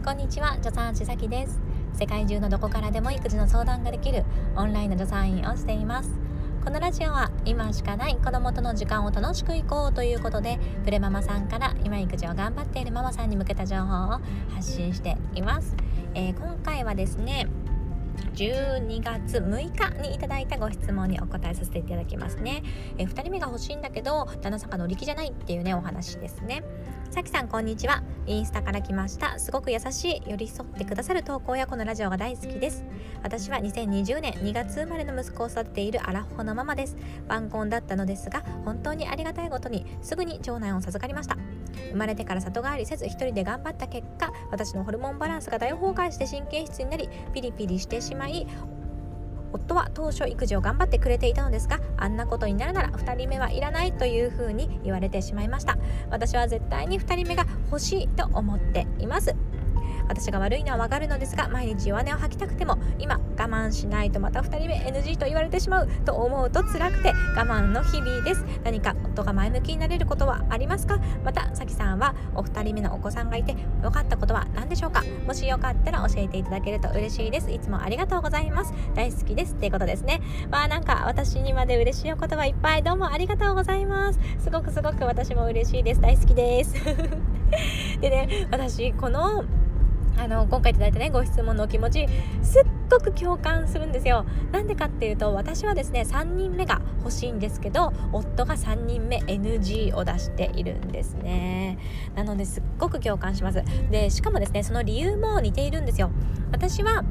こんにちは、助産師さきです。世界中のどこからでも育児の相談ができるオンラインの助産院をしています。このラジオは今しかない子供との時間を楽しくいこうということで、プレママさんから今育児を頑張っているママさんに向けた情報を発信しています。今回はですね、12月6日にいただいたご質問にお答えさせていただきますね。2人目が欲しいんだけど旦那さんが乗り気じゃないっていうねお話ですね。さきさんこんにちは。インスタから来ました。すごく優しい寄り添ってくださる投稿やこのラジオが大好きです。私は2020年2月生まれの息子を育てているアラフォーのママです。晩婚だったのですが本当にありがたいことにすぐに長男を授かりました。生まれてから里帰りせず一人で頑張った結果、私のホルモンバランスが大崩壊して神経質になりピリピリしてしまい、夫は当初育児を頑張ってくれていたのですが、あんなことになるなら2人目はいらないというふうに言われてしまいました。私は絶対に2人目が欲しいと思っています。私が悪いのはわかるのですが、毎日弱音を吐きたくても今我慢しないとまた2人目 NG と言われてしまうと思うと辛くて我慢の日々です。何か夫が前向きになれることはありますか？またさきさんはお二人目のお子さんがいて良かったことは何でしょうか？もしよかったら教えていただけると嬉しいです。いつもありがとうございます。大好きですっていうことですね。なんか私にまで嬉しいお言葉いっぱいどうもありがとうございます。すごく私も嬉しいです。大好きですでね、私この今回いただいたねご質問のお気持ちすっごく共感するんですよ。なんでかっていうと、私はですね3人目が欲しいんですけど、夫が3人目 NG を出しているんですね。なのですっごく共感します。でしかもですね、その理由も似ているんですよ。私は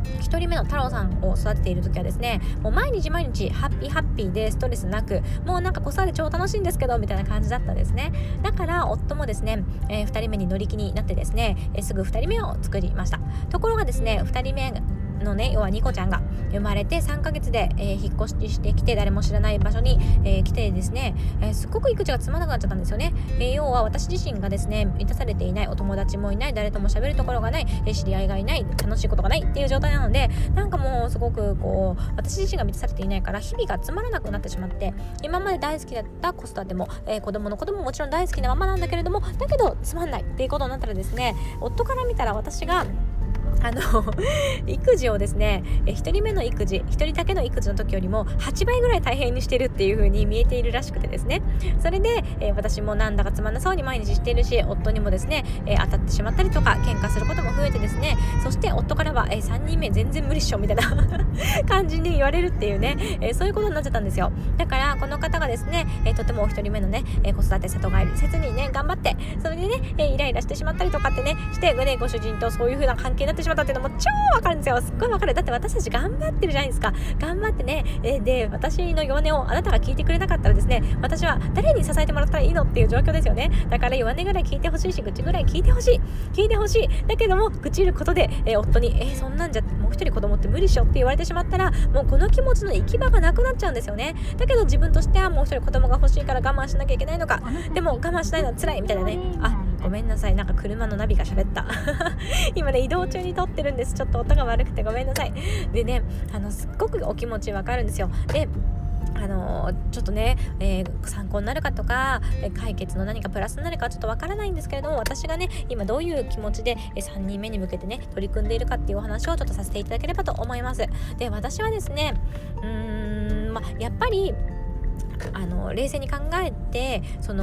1人目の太郎さんを育てている時はですね、もう毎日ハッピーでストレスなく、もうなんか子育て超楽しいんですけどみたいな感じだったんですね。だから夫もですね、2人目に乗り気になってですね、すぐ2人目を作りました。ところがですね、2人目のね、要はニコちゃんが生まれて3ヶ月で、引っ越ししてきて、誰も知らない場所に、来てですね、すっごく育児がつまらなくなっちゃったんですよね。要は私自身がですね満たされていない、お友達もいない、誰とも喋るところがない、知り合いがいない、楽しいことがないっていう状態なので、なんかもうすごく私自身が満たされていないから日々がつまらなくなってしまって、今まで大好きだった子育ても、子供のことももちろん大好きなままなんだけれども、だけどつまんないっていうことになったらですね、夫から見たら私が育児をですね、1人目の育児、1人だけの育児の時よりも8倍ぐらい大変にしてるっていう風に見えているらしくてですね、それで、私もなんだかつまんなそうに毎日しているし、夫にもですね、当たってしまったりとか喧嘩することも増えてですね、そして夫からは、3人目全然無理っしょみたいな感じに言われるっていうね、そういうことになっちゃったんですよ。だからこの方がですね、とてもお一人目のね、子育て里帰りせずにね頑張って、それでね、イライラしてしまったりとかってねしてご主人とそういう風な関係になってしまったっていうのも超わかるんですよ。すっごいわかる。だって私たち頑張ってるじゃないですか。頑張ってね、で私の弱音をあなたが聞いてくれなかったらですね、私は誰に支えてもらったらいいのっていう状況ですよね。だから弱音ぐらい聞いてほしいし、愚痴ぐらい聞いてほしいだけども、愚痴ることで、夫にそんなんじゃもう一人子供って無理っしょって言われてしまったら、もうこの気持ちの行き場がなくなっちゃうんですよね。だけど自分としてはもう一人子供が欲しいから我慢しなきゃいけないのか、でも我慢しないのは辛いみたいなね。ごめんなさい、なんか車のナビが喋った今ね移動中に撮ってるんです。ちょっと音が悪くてごめんなさい。でね、すっごくお気持ちわかるんですよ。でちょっとね、参考になるかとか解決の何かプラスになるかはちょっとわからないんですけれども、私がね今どういう気持ちで3人目に向けてね取り組んでいるかっていうお話をちょっとさせていただければと思います。で私はですねやっぱり冷静に考えて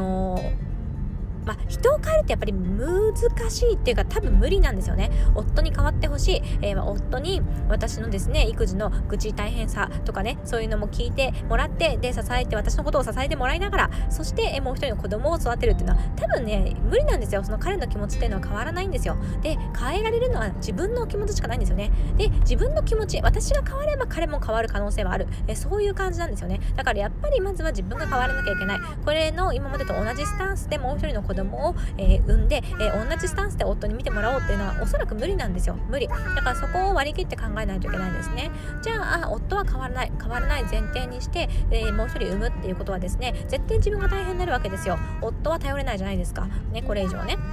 人を変えるってやっぱり難しいっていうか多分無理なんですよね。夫に変わってほしい、夫に私のですね育児の愚痴大変さとかね、そういうのも聞いてもらって、で私のことを支えてもらいながら、そして、もう一人の子供を育てるっていうのは多分ね無理なんですよ。その彼の気持ちっていうのは変わらないんですよ。で変えられるのは自分の気持ちしかないんですよね。で自分の気持ち、私が変われば彼も変わる可能性はある、そういう感じなんですよね。だからやっぱりまずは自分が変わらなきゃいけない。これの今までと同じスタンスでもう一人の子供を、産んで、同じスタンスで夫に見てもらおうっていうのはおそらく無理なんですよ。無理だからそこを割り切って考えないといけないんですね。じゃあ夫は変わらない前提にして、もう一人産むっていうことはですね、絶対自分が大変になるわけですよ。夫は頼れないじゃないですかね、これ以上ね。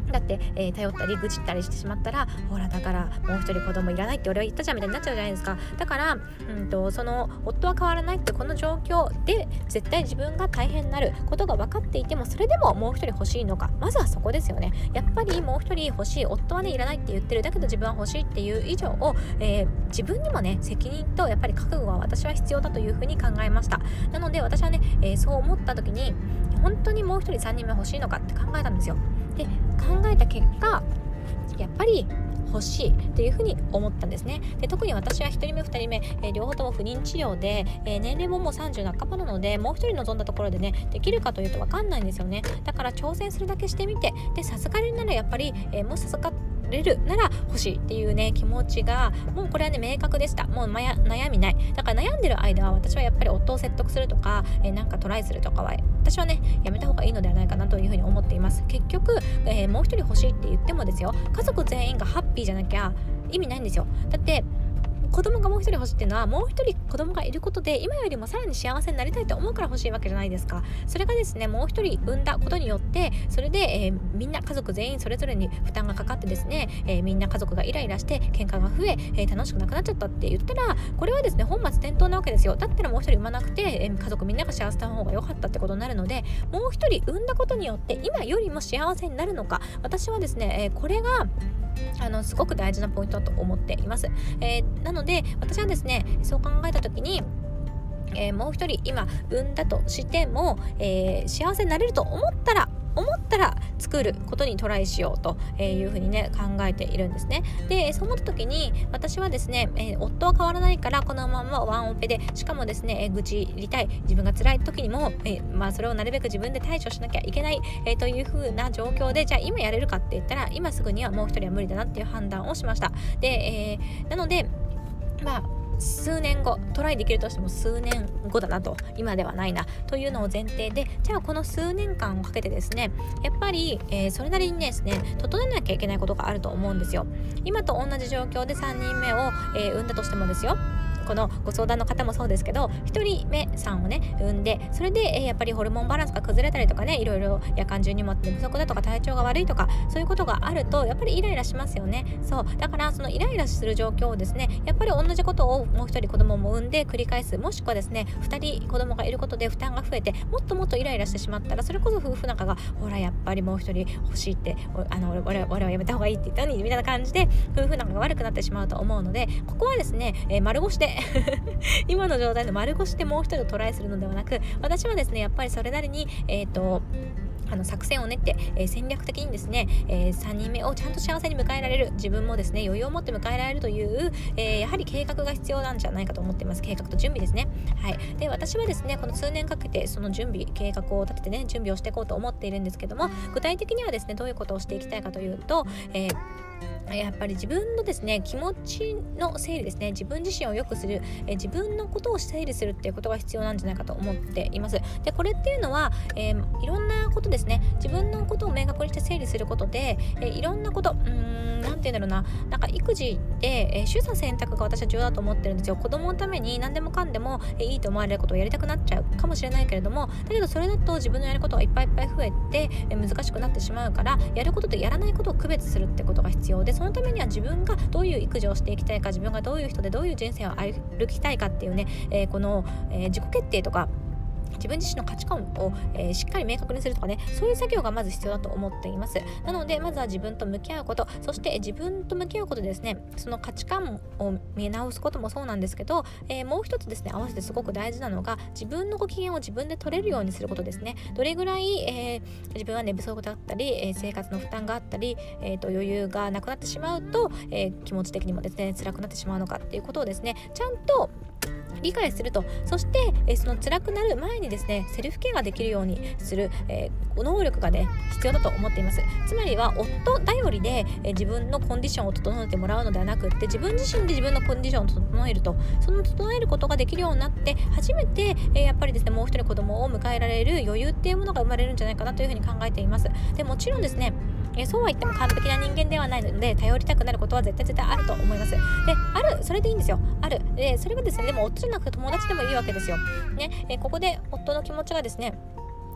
だって、頼ったり愚痴ったりしてしまったら、ほらだからもう一人子供いらないって俺は言ったじゃんみたいになっちゃうじゃないですか。だから、その夫は変わらないってこの状況で絶対自分が大変になることが分かっていても、それでももう一人欲しいのか、まずはそこですよね。やっぱりもう一人欲しい、夫はねいらないって言ってる、だけど自分は欲しいっていう以上を、自分にもね責任とやっぱり覚悟は私は必要だというふうに考えました。なので私はね、そう思った時に本当にもう一人3人目欲しいのかって考えたんですよ。で考えた結果、やっぱり欲しいというふうに思ったんですね。で特に私は1人目2人目、両方とも不妊治療で、年齢ももう30半ばなので、もう1人望んだところでねできるかというと分かんないんですよね。だから挑戦するだけしてみて、で授かれるならやっぱり、もし授かれるなら欲しいっていうね気持ちがもうこれはね明確でした。もう悩みない。だから悩んでる間は私はやっぱり夫を説得するとか、なんかトライするとかは私はねやめた方がいいのではないかなというふうに思っています。結局、もう一人欲しいって言ってもですよ、家族全員がハッピーじゃなきゃ意味ないんですよ。だって子供がもう一人欲しいっていうのは、もう一人子供がいることで今よりもさらに幸せになりたいと思うから欲しいわけじゃないですか。それがですねもう一人産んだことによって、それで、みんな家族全員それぞれに負担がかかってですね、みんな家族がイライラして喧嘩が増え、楽しくなくなっちゃったって言ったら、これはですね本末転倒なわけですよ。だったらもう一人産まなくて、家族みんなが幸せな方が良かったってことになるので、もう一人産んだことによって今よりも幸せになるのか、私はですね、これがすごく大事なポイントだと思っています。なので私はですねそう考えた時に、もう一人今産んだとしても、幸せになれると思ったら作ることにトライしようというふうにね考えているんですね。でそう思った時に私はですね、夫は変わらないからこのままワンオペで、しかもですね、愚痴りたい自分が辛い時にも、それをなるべく自分で対処しなきゃいけない、というふうな状況で、じゃあ今やれるかって言ったら今すぐにはもう一人は無理だなっていう判断をしました。で、なので数年後トライできるとしても数年後だなと、今ではないなというのを前提で、じゃあこの数年間をかけてですねやっぱり、それなりにですね整えなきゃいけないことがあると思うんですよ。今と同じ状況で3人目を、産んだとしてもですよ、このご相談の方もそうですけど、1人目さんをね産んで、それで、やっぱりホルモンバランスが崩れたりとかね、いろいろ夜間中にも寝不足だとか体調が悪いとかそういうことがあるとやっぱりイライラしますよね。そうだからそのイライラする状況をですねやっぱり同じことをもう1人子供も産んで繰り返す、もしくはですね2人子供がいることで負担が増えてもっともっとイライラしてしまったら、それこそ夫婦仲がほらやっぱりもう1人欲しいって俺はやめた方がいいって言ったのにみたいな感じで夫婦仲が悪くなってしまうと思うので、ここはですね、丸腰で今の状態で丸腰でもう一人をトライするのではなく、私はですねやっぱりそれなりに作戦を練って、戦略的にですね、3人目をちゃんと幸せに迎えられる、自分もですね余裕を持って迎えられるという、やはり計画が必要なんじゃないかと思っています。計画と準備ですね。はい。で私はですねこの数年かけてその準備計画を立ててね準備をしていこうと思っているんですけども、具体的にはですねどういうことをしていきたいかというと、やっぱり自分のですね気持ちの整理ですね、自分自身を良くする、自分のことを整理するっていうことが必要なんじゃないかと思っています。でこれっていうのは、いろんなことですね、自分のことを明確にして整理することで、いろんなことなんていうんだろうな、なんか育児で、取捨選択が私は重要だと思ってるんですよ。子供のために何でもかんでも、いいと思われることをやりたくなっちゃうかもしれないけれども、だけどそれだと自分のやることがいっぱい増えて、難しくなってしまうから、やることとやらないことを区別するってことが必要で、そのためには自分がどういう育児をしていきたいか、自分がどういう人でどういう人生を歩きたいかっていうね、この、自己決定とか自分自身の価値観を、しっかり明確にするとかね、そういう作業がまず必要だと思っています。なのでまずは自分と向き合うこと、そして自分と向き合うことでですね、その価値観を見直すこともそうなんですけど、もう一つですね合わせてすごく大事なのが、自分のご機嫌を自分で取れるようにすることですね。どれぐらい、自分は寝不足だったり、生活の負担があったり、余裕がなくなってしまうと、気持ち的にもですね辛くなってしまうのかっていうことをですねちゃんと理解すると、そして、その辛くなる前にですねセルフケアができるようにする、能力がね必要だと思っています。つまりは夫頼りで、自分のコンディションを整えてもらうのではなくって、自分自身で自分のコンディションを整えると、その整えることができるようになって初めて、やっぱりですねもう一人子供を迎えられる余裕っていうものが生まれるんじゃないかなというふうに考えています。でもちろんですねそうは言っても完璧な人間ではないので、頼りたくなることは絶対あると思います。でそれでいいんですよ。でそれがですねでも夫じゃなくて友達でもいいわけですよね。ここで夫の気持ちがですね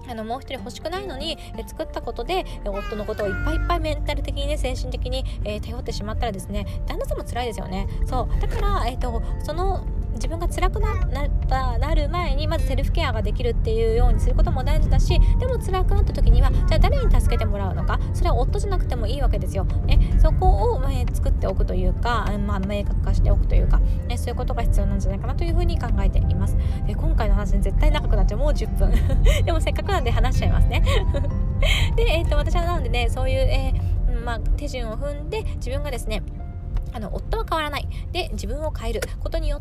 もう一人欲しくないのに作ったことで夫のことをいっぱいいっぱいメンタル的にね、精神的に頼ってしまったらですね、旦那さんも辛いですよね。そうだから、その自分が辛くなる前にまずセルフケアができるっていうようにすることも大事だし、でも辛くなった時にはじゃあ誰に助けてもらうのか、それは夫じゃなくてもいいわけですよ、ね、そこを、作っておくというか、明確化しておくというか、そういうことが必要なんじゃないかなというふうに考えています。で、今回の話絶対長くなっちゃう。もう10分でもせっかくなんで話しちゃいますねで、私はなのでね、そういう、手順を踏んで自分がですね、夫は変わらないで自分を変えることによって、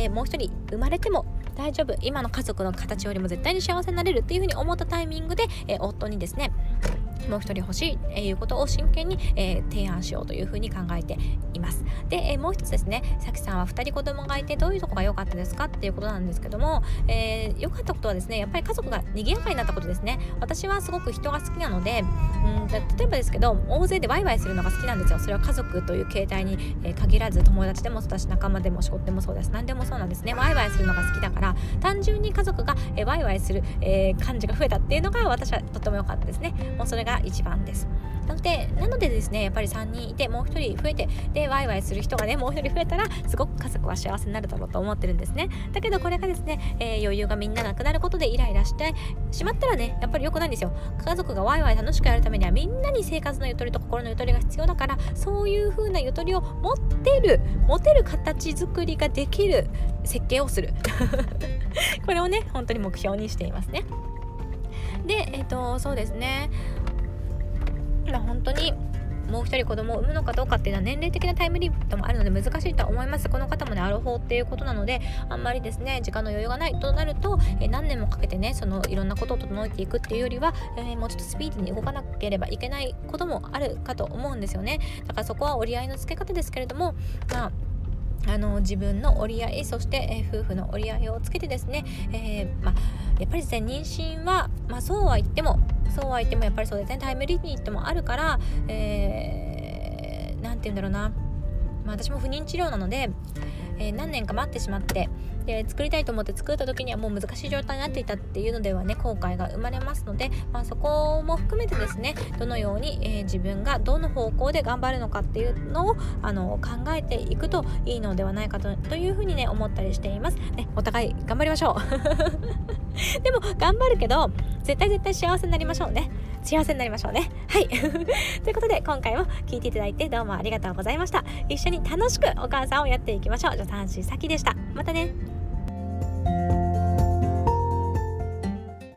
もう一人生まれても大丈夫、今の家族の形よりも絶対に幸せになれるっていうふうに思ったタイミングで、夫にですね、もう一人欲しいということを真剣に、提案しようというふうに考えています。で、もう一つですね、さきさんは2人子供がいてどういうとこが良かったですかっていうことなんですけども、良かったことはですね、やっぱり家族が賑やかになったことですね。私はすごく人が好きなので、例えばですけど、大勢でワイワイするのが好きなんですよ。それは家族という形態に、限らず、友達でもそうだし、仲間でも仕事でもそうです。何でもそうなんですね。ワイワイするのが好きだから、単純に家族が、ワイワイする、感じが増えたっていうのが私はとても良かったですね。もうそれが一番です。なのでですね、やっぱり3人いてもう1人増えて、でワイワイする人がねもう1人増えたらすごく家族は幸せになるだろうと思ってるんですね。だけどこれがですね、余裕がみんななくなることでイライラしてしまったらね、やっぱり良くないんですよ。家族がワイワイ楽しくやるためにはみんなに生活のゆとりと心のゆとりが必要だから、そういう風なゆとりを持てる形作りができる設計をするこれをね本当に目標にしていますね。で、そうですね、本当にもう一人子供を産むのかどうかっていうのは年齢的なタイムリミットもあるので難しいとは思います。この方もねアラフォーっていうことなので、あんまりですね時間の余裕がないとなると、何年もかけてねそのいろんなことを整えていくっていうよりは、もうちょっとスピーディーに動かなければいけないこともあるかと思うんですよね。だからそこは折り合いのつけ方ですけれども、自分の折り合い、そして、夫婦の折り合いをつけてですね、やっぱりですね妊娠は、そうは言ってもやっぱりそうですねタイムリミットもあるから、なんて言うんだろうな、私も不妊治療なので、何年か待ってしまって、で作りたいと思って作った時にはもう難しい状態になっていたっていうのではね後悔が生まれますので、そこも含めてですねどのように、自分がどの方向で頑張るのかっていうのを考えていくといいのではないかというふうにね思ったりしています、ね、お互い頑張りましょうでも頑張るけど絶対幸せになりましょうね。はいということで今回も聞いていただいてどうもありがとうございました。一緒に楽しくお母さんをやっていきましょう。助産師さきでした。またね。